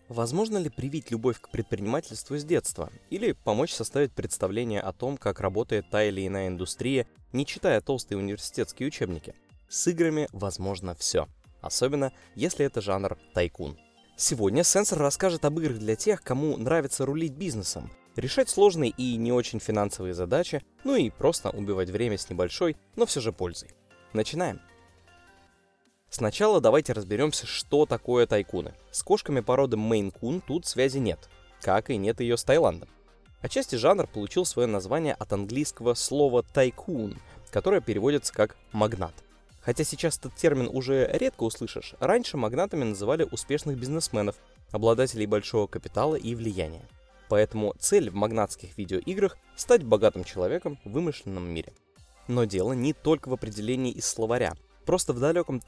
Возможно ли привить любовь к предпринимательству с детства? Или помочь составить представление о том, как работает та или иная индустрия, не читая толстые университетские учебники? С играми возможно все. Особенно, если это жанр тайкун. Сегодня Сенсор расскажет об играх для тех, кому нравится рулить бизнесом, решать сложные и не очень финансовые задачи, ну и просто убивать время с небольшой, но все же пользой. Начинаем! Сначала давайте разберемся, что такое тайкуны. С кошками породы Мейн-кун тут связи нет, как и нет ее с Таиландом. Отчасти жанр получил свое название от английского слова «тайкун», которое переводится как «магнат». Хотя сейчас этот термин уже редко услышишь, раньше магнатами называли успешных бизнесменов, обладателей большого капитала и влияния. Поэтому цель в магнатских видеоиграх – стать богатым человеком в вымышленном мире. Но дело не только в определении из словаря. Просто в далеком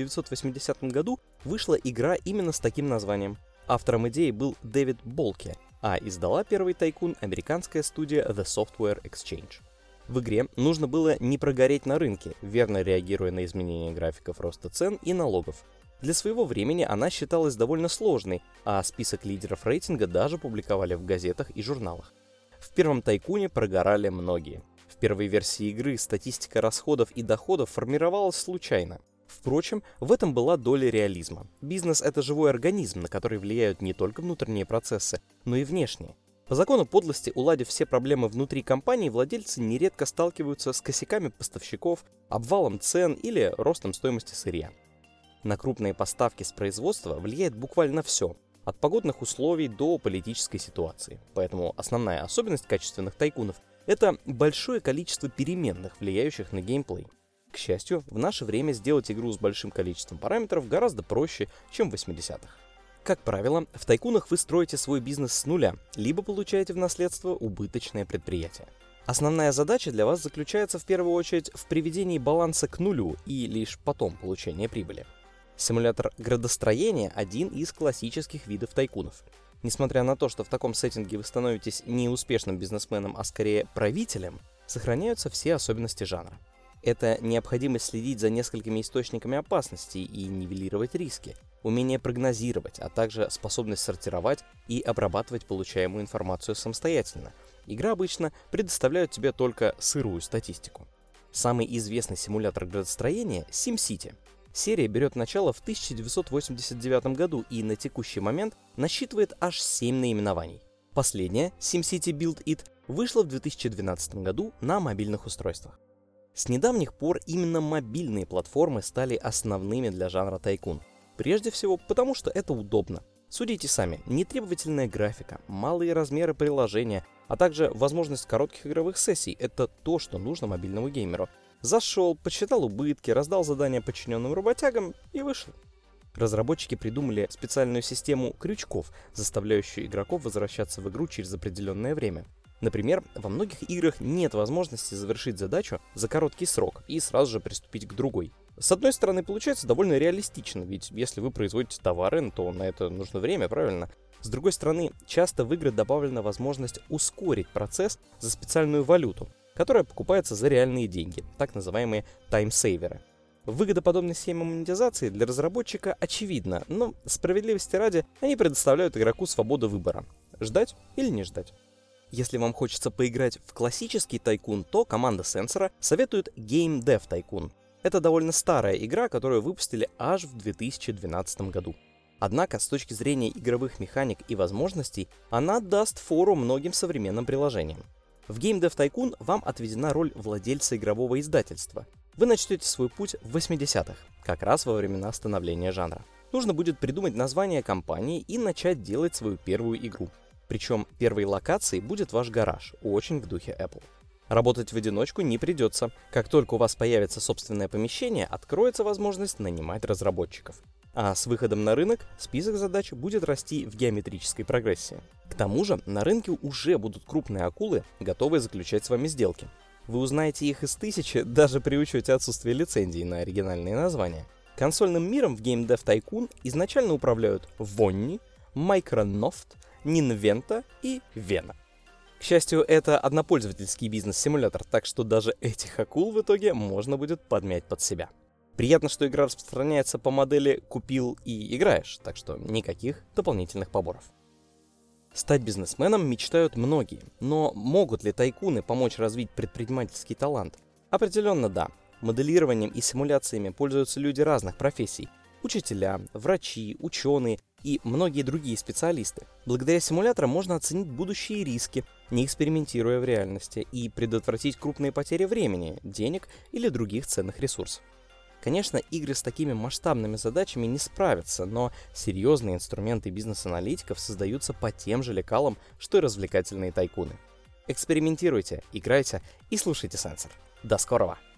1980 году вышла игра именно с таким названием. Автором идеи был Дэвид Болке, а издала первый тайкун американская студия The Software Exchange. В игре нужно было не прогореть на рынке, верно реагируя на изменения графиков роста цен и налогов. Для своего времени она считалась довольно сложной, а список лидеров рейтинга даже публиковали в газетах и журналах. В первом тайкуне прогорали многие. В первой версии игры статистика расходов и доходов формировалась случайно. Впрочем, в этом была доля реализма. Бизнес — это живой организм, на который влияют не только внутренние процессы, но и внешние. По закону подлости, уладив все проблемы внутри компании, владельцы нередко сталкиваются с косяками поставщиков, обвалом цен или ростом стоимости сырья. На крупные поставки с производства влияет буквально все, от погодных условий до политической ситуации. Поэтому основная особенность качественных тайкунов — это большое количество переменных, влияющих на геймплей. К счастью, в наше время сделать игру с большим количеством параметров гораздо проще, чем в 80-х. Как правило, в тайкунах вы строите свой бизнес с нуля, либо получаете в наследство убыточное предприятие. Основная задача для вас заключается в первую очередь в приведении баланса к нулю и лишь потом получения прибыли. Симулятор градостроения – один из классических видов тайкунов. Несмотря на то, что в таком сеттинге вы становитесь не успешным бизнесменом, а скорее правителем, сохраняются все особенности жанра. Это необходимость следить за несколькими источниками опасностей и нивелировать риски, умение прогнозировать, а также способность сортировать и обрабатывать получаемую информацию самостоятельно. Игра обычно предоставляет тебе только сырую статистику. Самый известный симулятор градостроения – SimCity. Серия берет начало в 1989 году и на текущий момент насчитывает аж 7 наименований. Последняя, SimCity Build It, вышла в 2012 году на мобильных устройствах. С недавних пор именно мобильные платформы стали основными для жанра тайкун. Прежде всего потому, что это удобно. Судите сами, нетребовательная графика, малые размеры приложения, а также возможность коротких игровых сессий – это то, что нужно мобильному геймеру. Зашел, подсчитал убытки, раздал задания подчиненным работягам и вышел. Разработчики придумали специальную систему крючков, заставляющую игроков возвращаться в игру через определенное время. Например, во многих играх нет возможности завершить задачу за короткий срок и сразу же приступить к другой. С одной стороны, получается довольно реалистично, ведь если вы производите товары, то на это нужно время, правильно? С другой стороны, часто в игры добавлена возможность ускорить процесс за специальную валюту, которая покупается за реальные деньги, так называемые таймсейверы. Выгода подобной схемы монетизации для разработчика очевидна, но справедливости ради они предоставляют игроку свободу выбора – ждать или не ждать. Если вам хочется поиграть в классический тайкун, то команда Сенсора советует Game Dev Tycoon. Это довольно старая игра, которую выпустили аж в 2012 году. Однако, с точки зрения игровых механик и возможностей, она даст фору многим современным приложениям. В Game Dev Tycoon вам отведена роль владельца игрового издательства. Вы начнете свой путь в 80-х, как раз во времена становления жанра. Нужно будет придумать название компании и начать делать свою первую игру. Причем первой локацией будет ваш гараж, очень в духе Apple. Работать в одиночку не придется. Как только у вас появится собственное помещение, откроется возможность нанимать разработчиков. А с выходом на рынок список задач будет расти в геометрической прогрессии. К тому же на рынке уже будут крупные акулы, готовые заключать с вами сделки. Вы узнаете их из тысячи даже при учете отсутствия лицензий на оригинальные названия. Консольным миром в Game Dev Tycoon изначально управляют Vonny, Micronoft, Ninventa и Vena. К счастью, это однопользовательский бизнес-симулятор, так что даже этих акул в итоге можно будет подмять под себя. Приятно, что игра распространяется по модели «купил и играешь», так что никаких дополнительных поборов. Стать бизнесменом мечтают многие, но могут ли тайкуны помочь развить предпринимательский талант? Определенно да. Моделированием и симуляциями пользуются люди разных профессий. Учителя, врачи, ученые и многие другие специалисты. Благодаря симуляторам можно оценить будущие риски, не экспериментируя в реальности, и предотвратить крупные потери времени, денег или других ценных ресурсов. Конечно, игры с такими масштабными задачами не справятся, но серьезные инструменты бизнес-аналитиков создаются по тем же лекалам, что и развлекательные тайкуны. Экспериментируйте, играйте и слушайте Сенсор. До скорого!